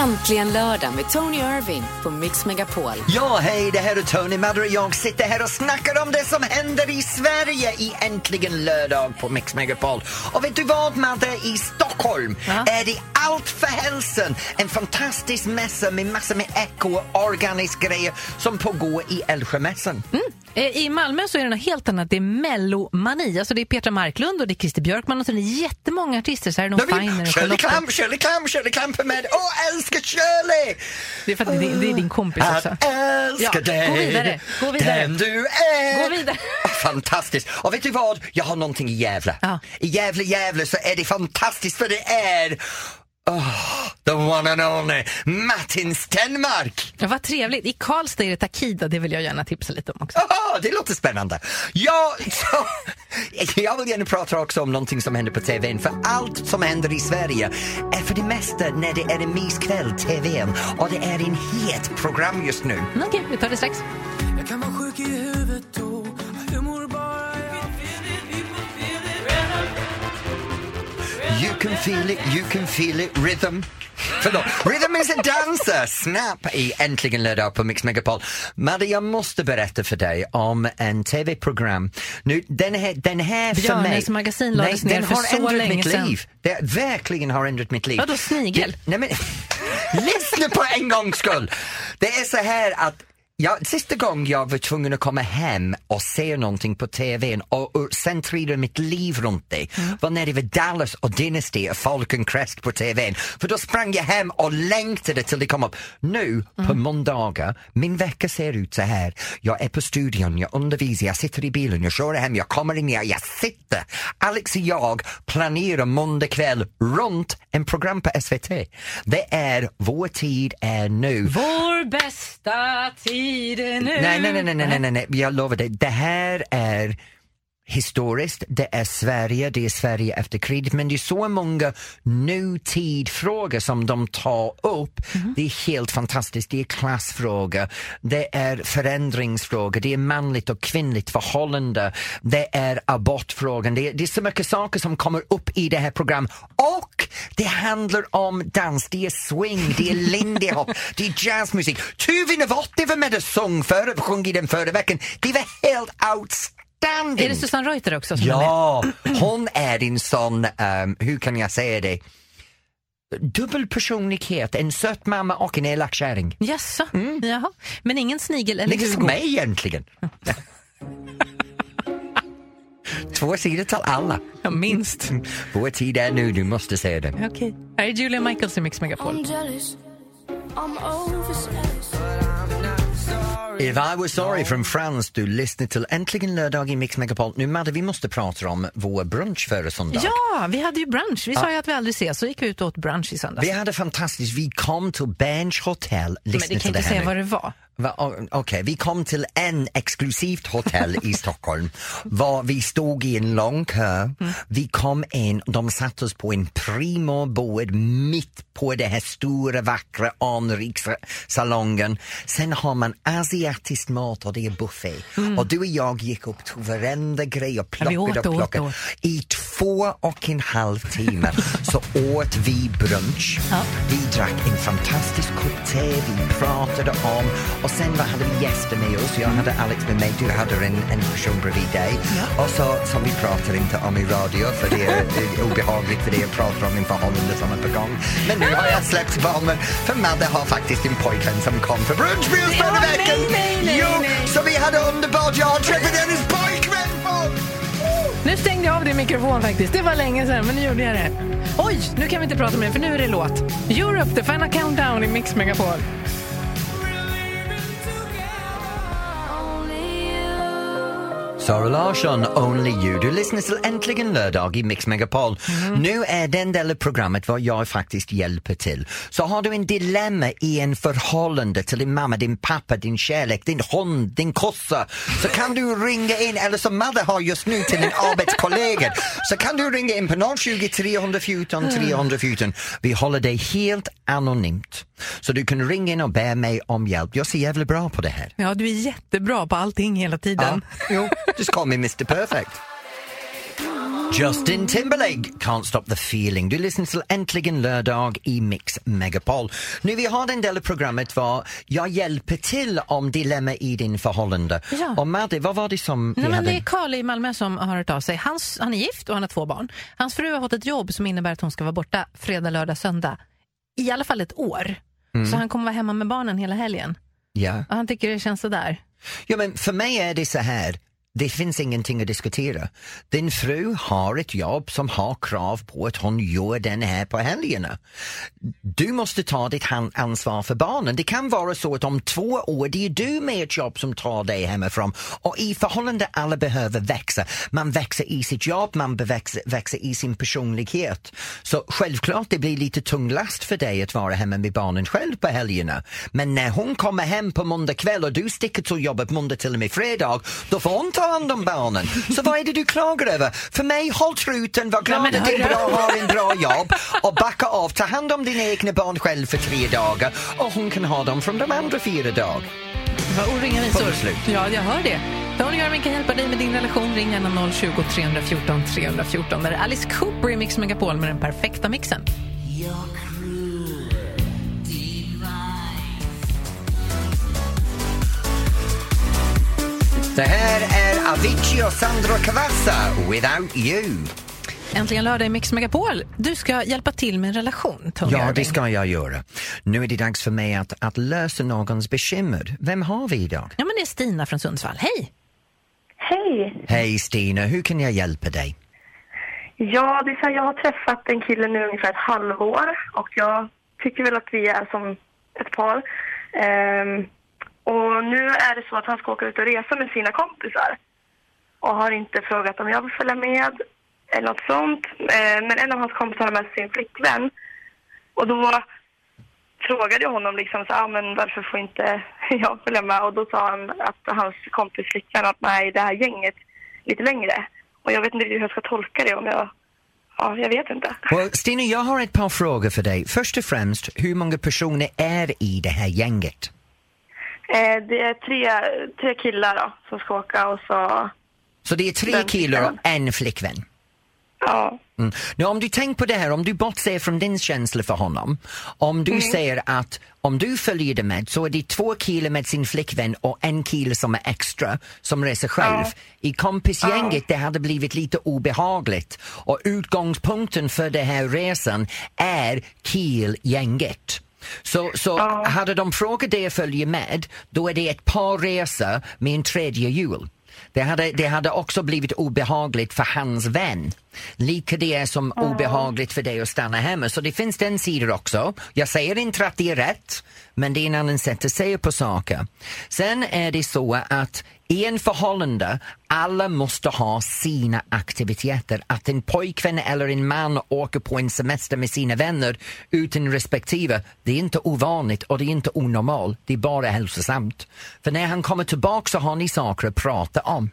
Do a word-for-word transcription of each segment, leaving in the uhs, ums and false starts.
Äntligen lördag med Tony Irving på Mix Megapol. Ja, hej, det här är Tony Madder. Jag sitter här och snackar om det som händer i Sverige i Äntligen lördag på Mix Megapol. Och vet du vad, Madde? I Stockholm ja. är det allt för hälsan. En fantastisk mässa med massor med eko och organisk grejer som pågår i Älvsjömässan. Mm. I Malmö så är det något helt annat. Det är Mellomani. Alltså det är Petra Marklund och det är Christer Björkman och så är det jättemånga artister. Så här är de Finer. Shirley Clamp, Shirley Clamp, Shirley Clamp är med. Åh, oh, älskar Shirley! Det är för att det, det är din kompis också. Att älska ja, dig. Gå vidare. Gå vidare. Den du är. Gå vidare. Fantastiskt. Och vet du vad? Jag har någonting i Gävle. Ja. I Gävle, Gävle så är det fantastiskt för det är... Oh, the one and only Martin Stenmark. Ja, vad trevligt. I Karlstad är det Takida, det vill jag gärna tipsa lite om också. Oh, det låter spännande. Ja, så, jag vill gärna prata också om någonting som händer på tvn. För allt som händer i Sverige är för det mesta när det är en myskväll tvn. Och det är en het program just nu. Okej, okay, vi tar det strax. Jag kan vara sjuk i huvudet och jag mår bara... You can feel it, you can feel it, rhythm. Förlåt, rhythm is a dancer. Snap i Äntligen lördag på Mix Megapol. Madde, jag måste berätta för dig om en tv-program. Nu, den här, den här för mig... Björnes magasin lades ner för så länge sedan. Liv. Det verkligen har ändrat mitt liv. Vadå, snigel? Det, nej men, lyssna på en gångs skull. Det är så här att ja, sista gången jag var tvungen att komma hem och se någonting på tvn och, och centrera mitt liv runt det mm. var när det var Dallas och Dynasty och Falcon Crest på tvn. För då sprang jag hem och längtade till det kom upp. Nu mm. på måndagar, min vecka ser ut så här. Jag är på studion, jag undervisar, jag sitter i bilen, jag kör hem, jag kommer in, jag, jag sitter. Alex och jag planerar måndag kväll runt en program på S V T. Det är Vår tid är nu. Vår bästa tid. Nej, nej, nej, nej, nej, nej, nej, jag lovar dig. Det här är historiskt, det är Sverige, det är Sverige efter kriget, men det är så många nutidfrågor som de tar upp. Mm. Det är helt fantastiskt. Det är klassfrågor, det är förändringsfrågor, det är manligt och kvinnligt förhållande, det är abortfrågan, det är, det är så mycket saker som kommer upp i det här programmet. Och det handlar om dans, det är swing, det är lindy hop, det är jazzmusik. Tuve Novotny var med och sång för, sjung i den förra veckan. Det var helt outstanding. Är det Susanne Reuter också? Som ja, är hon är en sån, um, hur kan jag säga det? Dubbelpersonlighet, en söt mamma och en elak kärring. Jaså, mm. Jaha. Men ingen snigel eller Hugo? Liksom mig egentligen. Två sidor till alla. Ja, minst. Vår tid är nu, du måste säga det. Okej, okay. Här är Julia Michaels i Mix Megapol. I'm jealous, I'm overzealous. If I was sorry from France, du lyssnar till Äntligen lördag i Mix Megapol. Nu Madde, vi måste prata om vår brunch förra söndag. Ja, vi hade ju brunch. Vi ja. sa ju att vi aldrig ses, så gick vi ut och åt brunch i söndags. Vi hade fantastiskt. Vi kom till Bench Hotel. Men det kan inte säga vad det var. Va, Okej, okay. Vi kom till en exklusivt hotell i Stockholm var vi stod i en lång kö. Mm. Vi kom in, de satt oss på en primo bord mitt på det här stora, vackra, anrika salongen. Sen har man asiatisk mat och det är buffet. Mm. Och du och jag gick upp till varenda grej och plockade ja, och plockade. Åt, åt. I två och en halv timme så åt vi brunch. Ja. Vi drack en fantastisk kopp te, vi pratade om. Och sen var, hade vi gäster med oss. Jag hade Alex med mig, du hade en, en person bredvid dig. Ja. Och så som vi pratar inte om i radio för det är, det är obehagligt för det jag pratar om en förhållande som är på gång. Men nu har jag släppt barnen för Madde har faktiskt en pojkvän som kom för brunch med oss förra veckan. Nej, nej, jo, nej, nej. Så vi hade underbart, jag har träffat hennes pojkvän på. Nu stängde jag av din mikrofon faktiskt. Det var länge sedan, men nu gjorde jag det. Oj, nu kan vi inte prata med för nu är det låt. Europe, the final countdown i Mix Megapol. Sara Larsson, Only You. Du lyssnar till Äntligen lördag i Mix Megapol. Mm. Nu är den del av programmet vad jag faktiskt hjälper till. Så har du en dilemma i en förhållande till din mamma, din pappa, din kärlek, din hund, din kossa, så kan du ringa in, eller som Madde har just nu till en arbetskollega, så kan du ringa in på noll tjugo, tre fjorton, tre fjorton. Vi håller dig helt anonymt. Så du kan ringa in och be mig om hjälp. Jag ser jävligt bra på det här. Ja, du är jättebra på allting hela tiden. Ja, jo, just call me mister Perfect. Justin Timberlake, Can't Stop the Feeling. Du lyssnar till Äntligen lördag i Mix Megapol. Nu vi har en del av programmet var jag hjälper till om dilemma i din förhållande. Ja. Och Madde, vad var det som Nej, vi men hade? det är Carl i Malmö som har hört av sig. Hans, han är gift och han har två barn. Hans fru har fått ett jobb som innebär att hon ska vara borta fredag, lördag, söndag. I alla fall ett år. Mm. Så han kommer vara hemma med barnen hela helgen. Ja. Och han tycker det känns så där. Ja, men för mig är det så här. Det finns ingenting att diskutera. Din fru har ett jobb som har krav på att hon gör den här på helgerna. Du måste ta ditt ansvar för barnen. Det kan vara så att om två år det är du med ett jobb som tar dig hemifrån. Och i förhållande alla behöver växa. Man växer i sitt jobb, man växer, växer i sin personlighet. Så självklart det blir lite tung last för dig att vara hemma med barnen själv på helgerna. Men när hon kommer hem på måndag kväll och du sticker till jobbet måndag till och med fredag, då får hon ta hand om barnen. Så vad är det du klagar över? För mig, håll truten, var glad att din bra har en bra jobb och backa av, ta hand om dina egna barn själv för tre dagar och hon kan ha dem från de andra fyra dagar. Vad oringa visor. Ja, jag hör det. Tony Irving kan hjälpa dig med din relation. Ring gärna noll tjugo, tre fjorton, tre fjorton. Där är Alice Cooper i Mix Megapol med den perfekta mixen. Det här är Avicii och Sandro Cavazza, Without You. Äntligen lördag i Mix Megapol. Du ska hjälpa till med en relation, Tony Ja, Irving. det ska jag göra. Nu är det dags för mig att, att lösa någons bekymmer. Vem har vi idag? Ja, men det är Stina från Sundsvall. Hej! Hej! Hej Stina, hur kan jag hjälpa dig? Ja, det är så här, jag har träffat en kille nu ungefär ett halvår och jag tycker väl att vi är som ett par. Ehm, och nu är det så att han ska åka ut och resa med sina kompisar och har inte frågat om jag vill följa med eller något sånt. Ehm, men en av hans kompisar har med sin flickvän och då frågade jag honom liksom så, ah, men varför får inte jag följa med? Och då sa han att hans kompis flickvän att nej, det här gänget lite längre. Och jag vet inte hur jag ska tolka det om jag... Ja, jag vet inte. Well, Stina, jag har ett par frågor för dig. Först och främst, hur många personer är i det här gänget? Eh, det är tre, tre killar då, som ska åka och så... Så det är tre killar och en flickvän? Ja. Mm. Nu om du tänker på det här, om du bortser från din känsla för honom, om du mm. säger att om du följer det med så är det två killar med sin flickvän och en kille som är extra som reser själv. Ja. I kompisgänget ja. Det hade blivit lite obehagligt och utgångspunkten för det här resan är killgänget. Så, så ja. Hade de frågat dig att följa med, då är det ett par resor med en tredje hjul. Det hade, det hade också blivit obehagligt för hans vän. Lika det är som mm. obehagligt för dig att stanna hemma. Så det finns den sidan också. Jag säger inte att det är rätt, men det är en annan sätt att säga på saker. Sen är det så att i en förhållande, alla måste ha sina aktiviteter. Att en pojkvän eller en man åker på en semester med sina vänner utan respektive, det är inte ovanligt och det är inte onormalt. Det är bara hälsosamt. För när han kommer tillbaka så har ni saker att prata om.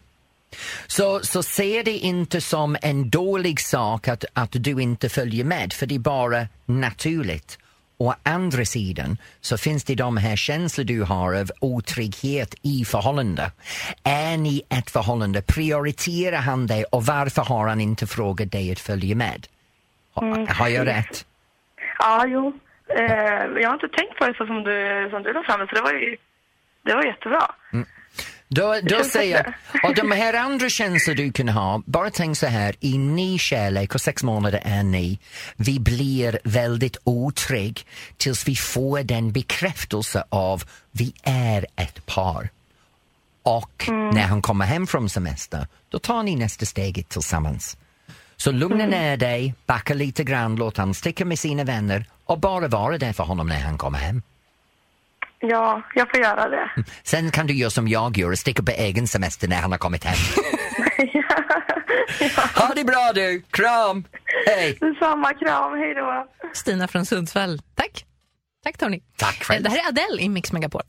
Så, så ser det inte som en dålig sak att, att du inte följer med, för det är bara naturligt. Och andra sidan så finns det de här känslor du har av otrygghet i förhållande. Är ni ett förhållande? Prioriterar han dig och varför har han inte frågat dig att följa med? Har, mm. har jag rätt? Ja, jo. Eh, jag har inte tänkt på det så som du, som du la fram, så det var ju det var jättebra. Mm. Då, då säger jag, och de här andra känslor du kan ha, bara tänk så här, i ni kärlek och sex månader är ni, vi blir väldigt otrygg tills vi får den bekräftelse av vi är ett par. Och mm. när han kommer hem från semester, då tar ni nästa steg tillsammans. Så lugna mm. ner dig, backa lite grann, låt han sticka med sina vänner och bara vara där för honom när han kommer hem. Ja, jag får göra det. Sen kan du göra som jag gör och sticka på egen semester när han har kommit hem. ja. Ja. Ha det bra du, kram! Hej! Detsamma, kram, hej då! Stina från Sundsvall, tack! Tack Tony. Tack själv. Det här är Adele i Mix Megapol.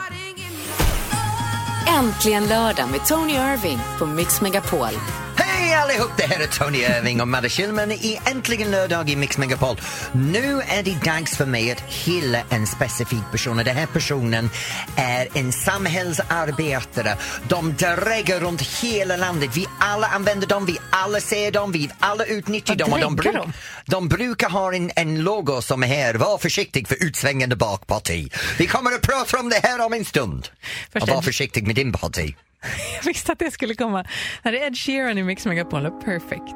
Äntligen lördag med Tony Irving på Mix Megapol. Hej Hej allihop, det här är Tony Irving och Madde Schillman i Äntligen lördag i Mix Megapol. Nu är det dags för mig att hylla en specifik person. Den här personen är en samhällsarbetare. De dräger runt hela landet. Vi alla använder dem, vi alla ser dem, vi alla utnyttjar dem. Och de, bruk, de? de brukar ha en, en logo som är här. Var försiktig för utsvängande bakparti. Vi kommer att prata om det här om en stund. Och var försiktig med din parti. Jag visste att det skulle komma. Här är Ed Sheeran i Mix Megapol. Perfect.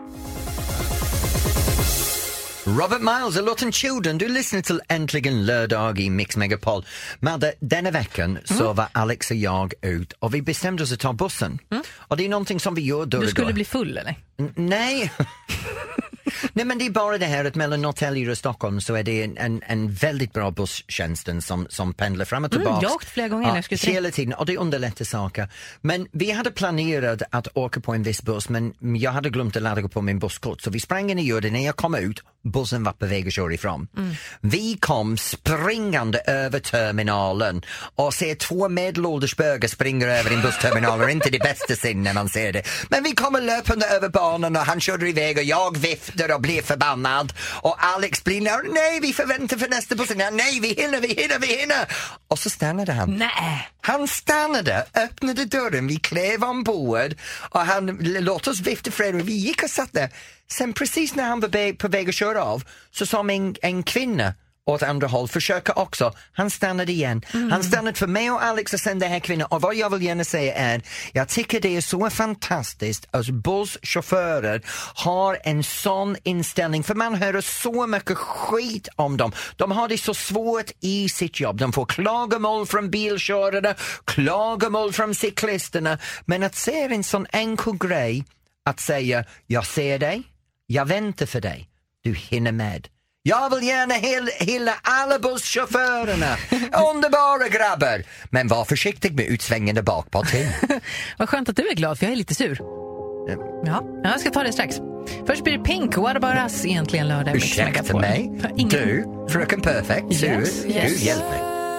Robert Miles och låten Children. Du lyssnar till Äntligen lördag i Mix Megapol. Madde, denna veckan mm. så var Alex och jag ut och vi bestämde oss att ta bussen. Mm. Och det är någonting som vi gör då. Du skulle då. bli full eller? N- nej. Nej, men det är bara det här att mellan Norrtälje och Stockholm så är det en, en, en väldigt bra busstjänsten som, som pendlar fram och tillbaka. Mm, jag har åkt flera gånger. Ja, jag skulle hela tiden, och det underlättar saker. Men vi hade planerat att åka på en viss buss, men jag hade glömt att ladda på min busskort. Så vi sprang in i jorden. När jag kom ut, bussen var på väg att köra ifrån. Mm. Vi kom springande över terminalen och ser två medelålders bögar springer över en bussterminal. Och inte det bästa sin när man ser det. Men vi kommer löpande över banan och han körde iväg och jag viftade och blev förbannad. Och Alex blir när, nej vi förväntar för nästa bussen. Nej vi hinner, vi hinner, vi hinner. Och så stannade han. Nej. Han stannade, öppnade dörren, vi klev ombord och han låt oss vifta fred och vi gick och satt där. Sen precis när han var på väg att köra av så som en, en kvinna åt andra håll försöker också. Han stannade igen. Mm. Han stannade för mig och Alex och sen den här kvinnan. Och vad jag vill gärna säga är jag tycker det är så fantastiskt att busschaufförer har en sån inställning. För man hör så mycket skit om dem. De har det så svårt i sitt jobb. De får klagomål från bilkörare, klagomål från cyklisterna. Men att se en sån enkel grej att säga jag ser dig, jag väntar för dig, du hinner med. Jag vill gärna hylla alla busschaufförerna. Underbara grabbar. Men var försiktig med utsvängande bakparti. Vad skönt att du är glad, för jag är lite sur. Mm. Ja, jag ska ta det strax. Först blir det Pink, What About Us egentligen lördag. Ursäkta mig, ingen... du, fröken Perfect, sur, yes, yes. Du hjälp mig.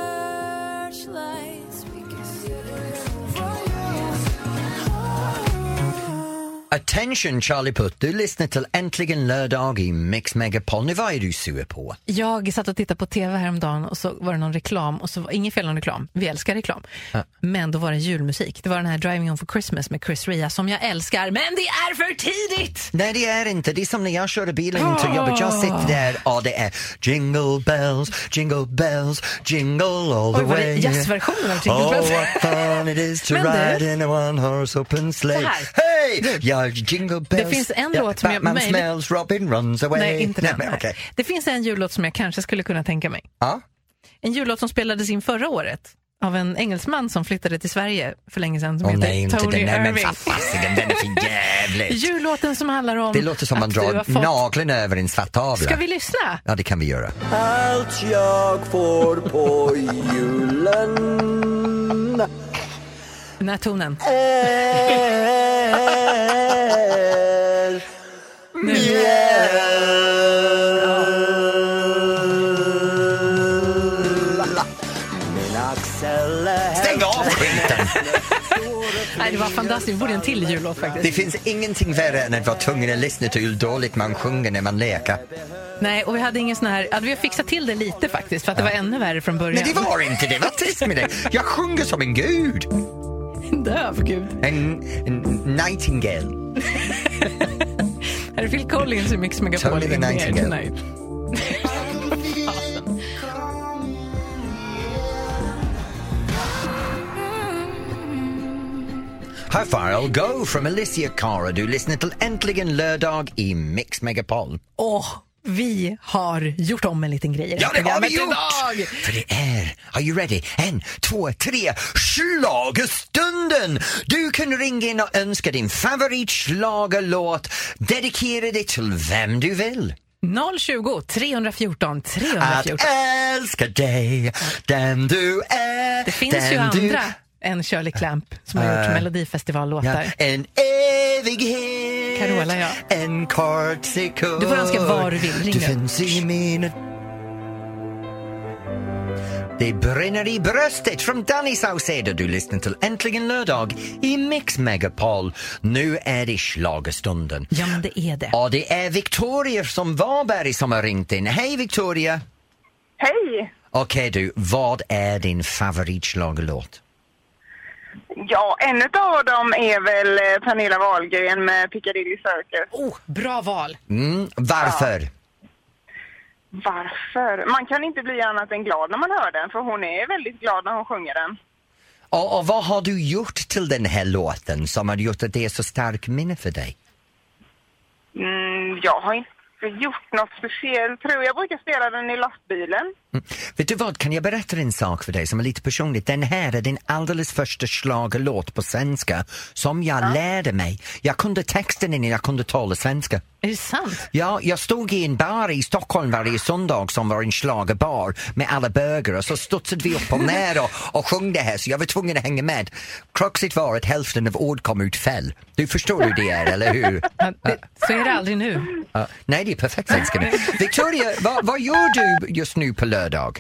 Attention Charlie Putt, du lyssnar till Äntligen lördag i Mix Megapol. Nu, vad är du sur på? Jag satt och tittade på tv häromdagen och så var det någon reklam och så var inget fel om reklam. Vi älskar reklam. Ja. Men då var det julmusik. Det var den här Driving Home for Christmas med Chris Rea som jag älskar. Men det är för tidigt! Nej, det är inte. Det är som när jag körde bilen oh. till jobbet. Jag sitter där och det är Jingle bells, jingle bells, jingle all the Oj, way. Jazzversionen av Jingle bells. Oh, what fun it is to ride in a one horse open sleigh. Hej! Ja, jingle bells. Det finns en ja, låt som Batman jag... smells, Robin runs away. Nej, inte den. Nej, men, okay. Det finns en jullåt som jag kanske skulle kunna tänka mig. Ja? En jullåt som spelades in förra året av en engelsman som flyttade till Sverige för länge sedan som oh, heter nej, Tony inte den. Irving. Men fasiken, den är för jävligt. Jullåten som handlar om... Det låter som man drar fått... nageln över en svart tavla. Ska vi lyssna? Ja, det kan vi göra. Allt jag får på julen. Den här tonen. Stäng av skiten! Nej, det var fantastiskt. Vi borde en till jullåt faktiskt. Det finns ingenting värre än att vara tvungen att lyssna till hur dåligt man sjunger när man leker. Nej, och vi hade ingen sån här... Ja, vi har fixat till det lite faktiskt för att ja. Det var ännu värre från början. Men det var inte det. Vad trist med det. Jag sjunger som en gud. En döv gud. En, en nightingale. Här är Phil Collins i Mix Megapol. Tony the Nightingale. How far I'll go from Alicia Cara. Du lyssnar till Äntligen lördag i Mix Megapol. Åh, oh, vi har gjort om en liten grej. Ja, det har vi gjort! Idag. För det är, are you ready? En, två, tre, schlagerstunden! Du kan ringa in och önska din favoritschlagerlåt. Dedikera det till vem du vill. noll tjugo, tre fjorton, tre fjorton. Att älska dig, den du är. Det finns ju andra. Du... En Shirley Clamp som har gjort uh, Melodifestivallåtar. Ja. En evighet. Carola, ja. En kort sekund. Du får önska vad du vill. Ring du finns i mina... Det brinner i bröstet från Danny Saucedo. Du lyssnar till Äntligen lördag i Mix Megapol. Nu är det schlagerstunden. Ja, men det är det. Och det är Victoria som Varberg som har ringt in. Hej Victoria! Hej! Okej du, vad är din favoritschlagerlåt? Ja, en av dem är väl Pernilla Wahlgren med Piccadilly Circus. Oh, bra val. Mm, varför? Ja. Varför? Man kan inte bli annat än glad när man hör den, för hon är väldigt glad när hon sjunger den. Och, och vad har du gjort till den här låten som har gjort att det är så stark minne för dig? Mm, jag har inte gjort något speciellt, tror jag. Jag brukar spela den i lastbilen. Mm. Vet du vad, kan jag berätta en sak för dig som är lite personligt? Den här är din alldeles första schlagerlåt på svenska som jag ja. lärde mig. Jag kunde texten innan jag kunde tala svenska. Är det sant? Ja, jag stod i en bar i Stockholm varje söndag som var en schlagerbar med alla böger och så studsade vi upp och ner och, och sjöng det här så jag var tvungen att hänga med. Kruxet var att hälften av ord kom ut fel. Du förstår hur det är, eller hur? Ja, det, så är det aldrig nu. Uh, nej, det är perfekt svenska nu. Victoria, vad, vad gör du just nu på lördag?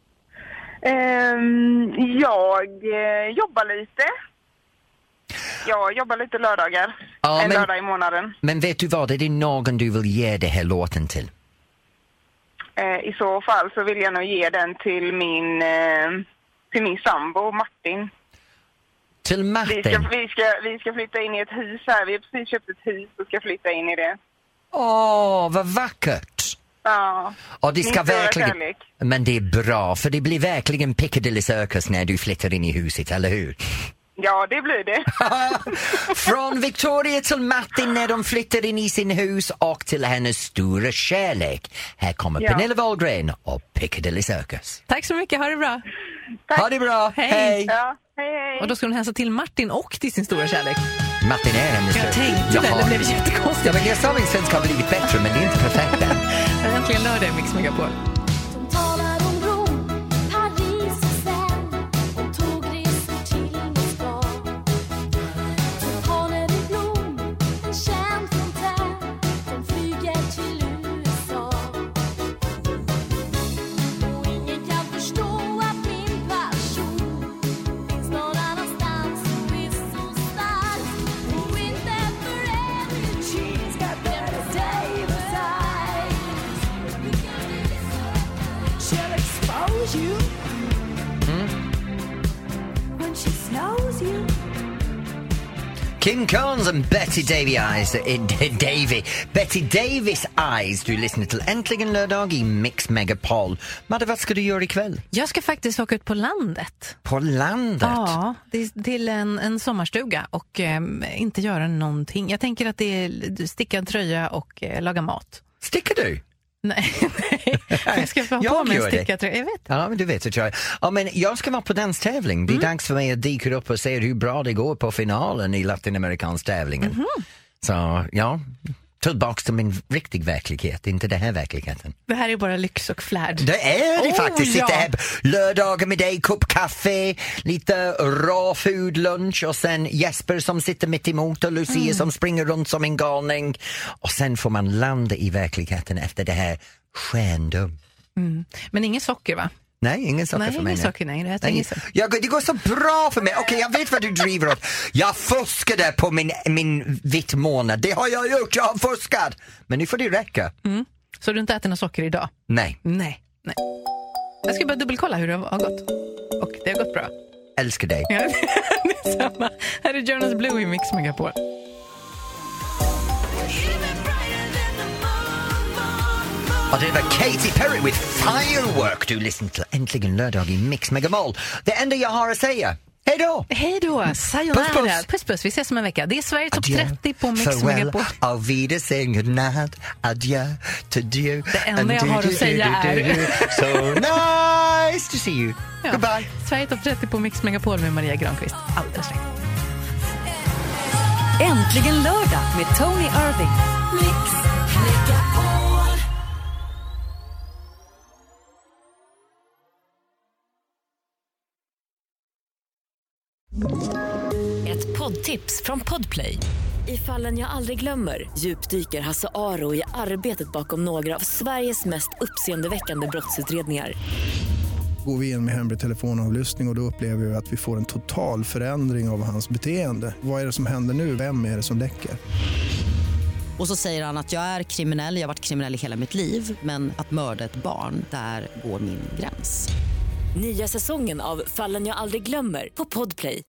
Um, jag eh, jobbar lite. Jag jobbar lite lördagar. Ja, en men, lördag i månaden. Men vet du vad, är det någon du vill ge det här låten till? Eh, I så fall så vill jag nog ge den till min, eh, till min sambo Martin. Till Martin? Vi ska, vi, ska, vi ska flytta in i ett hus här. Vi har precis köpt ett hus och ska flytta in i det. Åh, vad vackert! Ja, och det ska verkligen... kärlek. Men det är bra, för det blir verkligen Piccadilly Circus när du flyttar in i huset, eller hur? Ja, det blir det. Från Victoria till Martin när de flyttar in i sin hus och till hennes stora kärlek. Här kommer ja. Pernilla Wahlgren och Piccadilly Circus. Tack så mycket, ha det bra. Tack. Ha det bra, hej! Hej. Ja, hej, hej. Och då ska hon hälsa till Martin och till sin stora kärlek. Martin är hennes stora. Jag tänkte väl, det blev jättekonstigt. Ja, men jag sa att min svenska har blivit bättre, men det är inte perfekt än. Äntligen lördag, Mix Megapol. Kim Carnes and Betty Davy Eyes, uh, Davy. Betty Davis Eyes. Du lyssnar till Äntligen lördag i Mix Megapol. Madde, vad ska du göra ikväll? Jag ska faktiskt åka ut på landet. På landet? Ja, till en, en sommarstuga och eh, inte göra någonting. Jag tänker att det är sticka en tröja och eh, laga mat. Stickar du? Nej, nej. Jag ska få ha på mig en stickartröja. Jag vet. Ja, men du vet att jag... Ja, men jag ska vara på danstävling. Det är mm. dags för mig att dyka upp och se hur bra det går på finalen i latinamerikansk tävlingen. Mm-hmm. Så, ja... Tillbaks till min riktig verklighet, inte det här verkligheten. Det här är bara lyx och flärd. Det är det oh, faktiskt. Sitta ja. här lördagar med dig, kopp kaffe, lite raw food lunch och sen Jesper som sitter mitt emot och Lucia mm. som springer runt som en galning. Och sen får man landa i verkligheten efter det här skändum. Mm. Men ingen socker, va? Nej, ingen socker nej, för mig. Ingen socker, nej, det nej. Jag, det går så bra för mig. Okej, okay, jag vet vad du driver åt. Jag fuskade på min, min vitt månad. Det har jag gjort, jag har fuskat. Men nu får det räcka. Mm. Så du inte äter något socker idag? Nej. Nej, nej. Jag ska bara dubbelkolla hur det har gått. Och det har gått bra. Älskar dig. Ja, det är samma. Här är Jonas Blue i Mix Megapol. Och det var Katy Perry with Firework. Du lyssnar till Äntligen lördag i Mix Megapol. Det enda jag har att säga. Hej då! Hej då, sayonara. Puss puss. puss puss, vi ses om en vecka. Det är Sverige topp trettio på Mix Farewell, Megapol. Auf Wiedersehen, good night, adjö, to you. Det enda jag har att säga är... So nice to see you. Ja. Goodbye. Sverige topp trettio på Mix Megapol med Maria Granqvist. Alldeles rätt. Äntligen lördag med Tony Irving. Mix Megapol. Ett poddtips från Podplay. I Fallen jag aldrig glömmer djupdyker Hasse Aro i arbetet bakom några av Sveriges mest uppseendeväckande brottsutredningar. Går vi in med hemlig telefonavlyssning och, och då upplever vi att vi får en total förändring av hans beteende. Vad är det som händer nu? Vem är det som läcker? Och så säger han att jag är kriminell, jag har varit kriminell i hela mitt liv. Men att mörda ett barn, där går min gräns. Nya säsongen av Fallen jag aldrig glömmer på Podplay.